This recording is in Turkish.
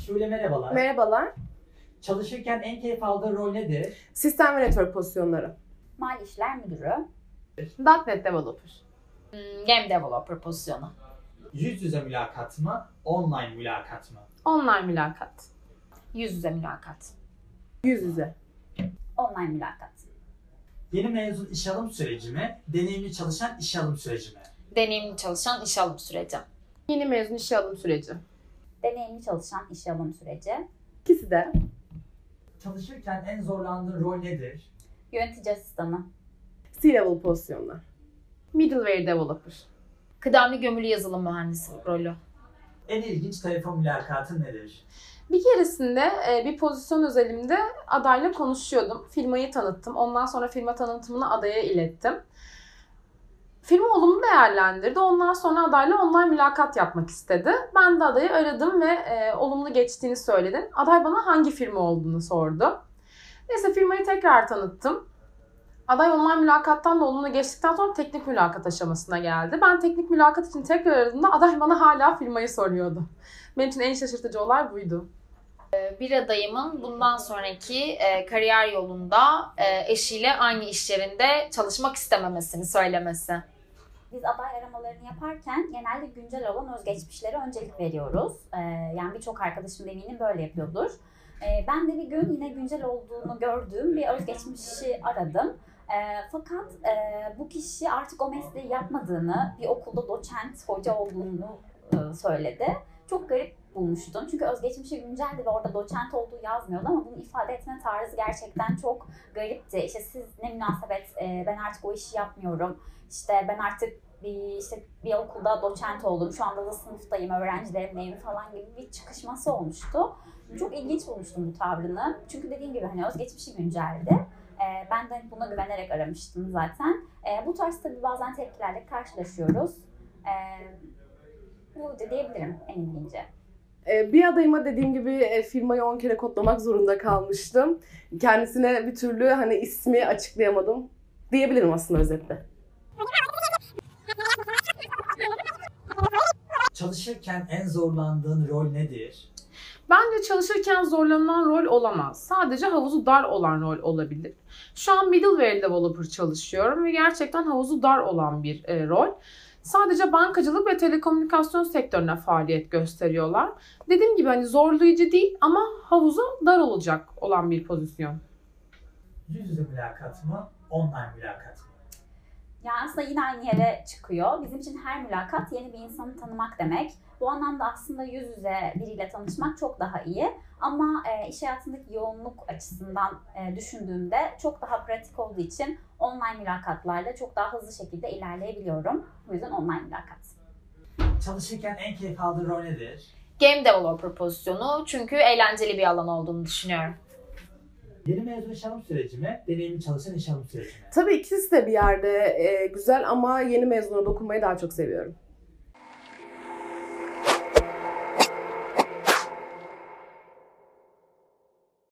Şöyle merhabalar. Merhabalar. Çalışırken en keyif aldığın rol nedir? Sistem ve network pozisyonları. Mali işler müdürü, .NET Developer. Game Developer pozisyonu. Yüz yüze mülakat mı, online mülakat mı? Online mülakat. Yüz yüze mülakat. Yüz yüze. online mülakat. Yeni mezun işe alım süreci mi, deneyimli çalışan işe alım süreci mi? Deneyimli çalışan iş alım süreci. Yeni mezun işe alım süreci. Deneyimli çalışan işe alım süreci, İkisi de. Çalışırken en zorlandığın rol nedir? yönetici asistanı, C-level pozisyonlar. Middleware Developer. Kıdemli gömülü yazılım mühendisi rolü. En ilginç telefon mülakatın nedir? Bir keresinde bir pozisyon özelimde adayla konuşuyordum. Firmayı tanıttım. Ondan sonra firma tanıtımını adaya ilettim. Firma olumlu değerlendirdi. Ondan sonra adayla online mülakat yapmak istedi. Ben de adayı aradım ve olumlu geçtiğini söyledim. Aday bana hangi firma olduğunu sordu. Neyse firmayı tekrar tanıttım. Aday online mülakattan da olumlu geçtikten sonra teknik mülakat aşamasına geldi. Ben teknik mülakat için tekrar aradığımda aday bana hala firmayı soruyordu. Benim için en şaşırtıcı olay buydu. Bir adayımın bundan sonraki kariyer yolunda eşiyle aynı iş yerinde çalışmak istememesini söylemesi. Biz aday aramalarını yaparken genelde güncel olan özgeçmişlere öncelik veriyoruz. Yani birçok arkadaşım da eminim böyle yapıyordur. Ben de bir gün yine güncel olduğunu gördüğüm bir özgeçmişi aradım. Fakat bu kişi artık o mesleği yapmadığını, bir okulda doçent, hoca olduğunu söyledi. Çok garip bulmuştum. Çünkü özgeçmişi günceldi ve orada doçent olduğu yazmıyordu ama bunu ifade etme tarzı gerçekten çok garipti. İşte siz ne münasebet, ben artık o işi yapmıyorum. İşte ben artık bir okulda doçent oldum. Şu anda da sınıftayım, öğrencilerimleyim falan gibi bir çıkışması olmuştu. Çok ilginç bulmuştum bu tavrını. Çünkü dediğim gibi hani özgeçmişi günceldi. Ben de buna güvenerek aramıştım zaten. Bu tarz tabii bazen tepkilerle karşılaşıyoruz. Bu da diyebilirim en ilginci. Bir adayıma dediğim gibi firmayı 10 kere kodlamak zorunda kalmıştım. Kendisine bir türlü hani ismi açıklayamadım diyebilirim aslında özetle. Çalışırken en zorlandığın rol nedir? Bence çalışırken zorlanılan rol olamaz. Sadece havuzu dar olan rol olabilir. Şu an middleware developer çalışıyorum ve gerçekten havuzu dar olan bir rol. Sadece bankacılık ve telekomünikasyon sektörüne faaliyet gösteriyorlar. Dediğim gibi hani zorlayıcı değil ama havuzu dar olacak olan bir pozisyon. Yüz yüze mülakat mı, online mülakat mı? Yani aslında yine aynı yere çıkıyor. Bizim için her mülakat yeni bir insanı tanımak demek. Bu anlamda aslında yüz yüze biriyle tanışmak çok daha iyi. Ama iş hayatındaki yoğunluk açısından düşündüğümde çok daha pratik olduğu için online mülakatlarla çok daha hızlı şekilde ilerleyebiliyorum. O yüzden online mülakat. Çalışırken en keyif aldığın rol nedir? Game Developer pozisyonu çünkü eğlenceli bir alan olduğunu düşünüyorum. Yeni mezun iş alım süreci mi, deneyimli çalışan iş alım süreci mi? Tabii ikisi de bir yerde güzel ama yeni mezuna dokunmayı daha çok seviyorum.